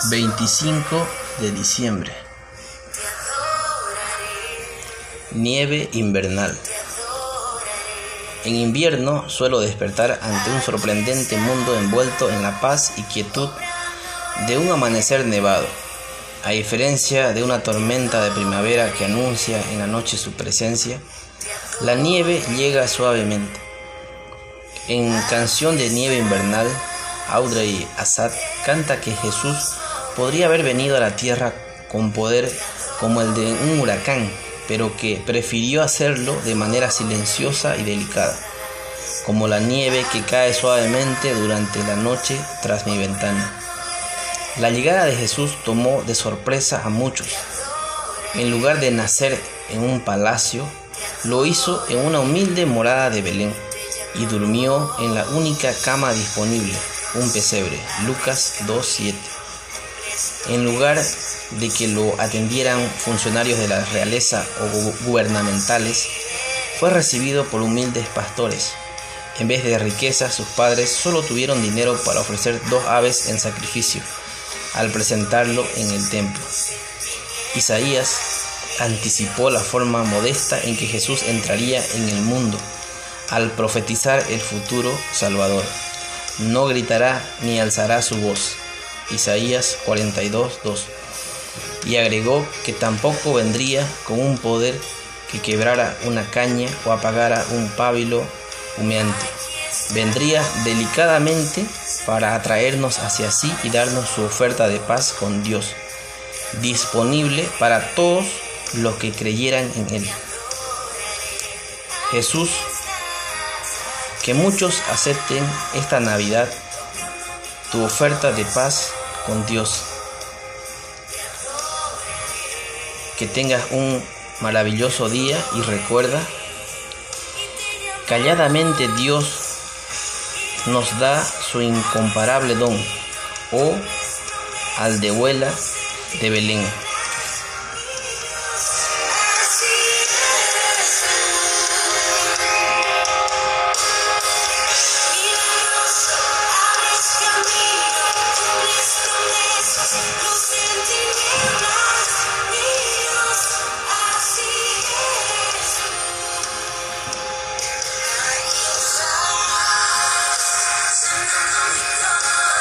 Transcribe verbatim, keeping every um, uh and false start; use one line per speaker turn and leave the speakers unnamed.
veinticinco de diciembre. Nieve invernal. En invierno suelo despertar ante un sorprendente mundo envuelto en la paz y quietud de un amanecer nevado, a diferencia de una tormenta de primavera que anuncia en la noche su presencia. La nieve llega suavemente. En Canción de Nieve Invernal, Audrey Assad canta que Jesús podría haber venido a la tierra con poder como el de un huracán, pero que prefirió hacerlo de manera silenciosa y delicada, como la nieve que cae suavemente durante la noche tras mi ventana. La llegada de Jesús tomó de sorpresa a muchos. En lugar de nacer en un palacio, lo hizo en una humilde morada de Belén y durmió en la única cama disponible, un pesebre. Lucas dos siete. En lugar de que lo atendieran funcionarios de la realeza o gubernamentales, fue recibido por humildes pastores. En vez de riquezas, sus padres solo tuvieron dinero para ofrecer dos aves en sacrificio al presentarlo en el templo. Isaías anticipó la forma modesta en que Jesús entraría en el mundo al profetizar el futuro Salvador. No gritará ni alzará su voz. Isaías cuarenta y dos dos. Y agregó que tampoco vendría con un poder que quebrara una caña o apagara un pábilo humeante. Vendría delicadamente para atraernos hacia sí y darnos su oferta de paz con Dios, disponible para todos los que creyeran en Él. Jesús, que muchos acepten esta Navidad tu oferta de paz con Dios. Que tengas un maravilloso día y recuerda, calladamente Dios nos da su incomparable don, oh aldehuela de Belén.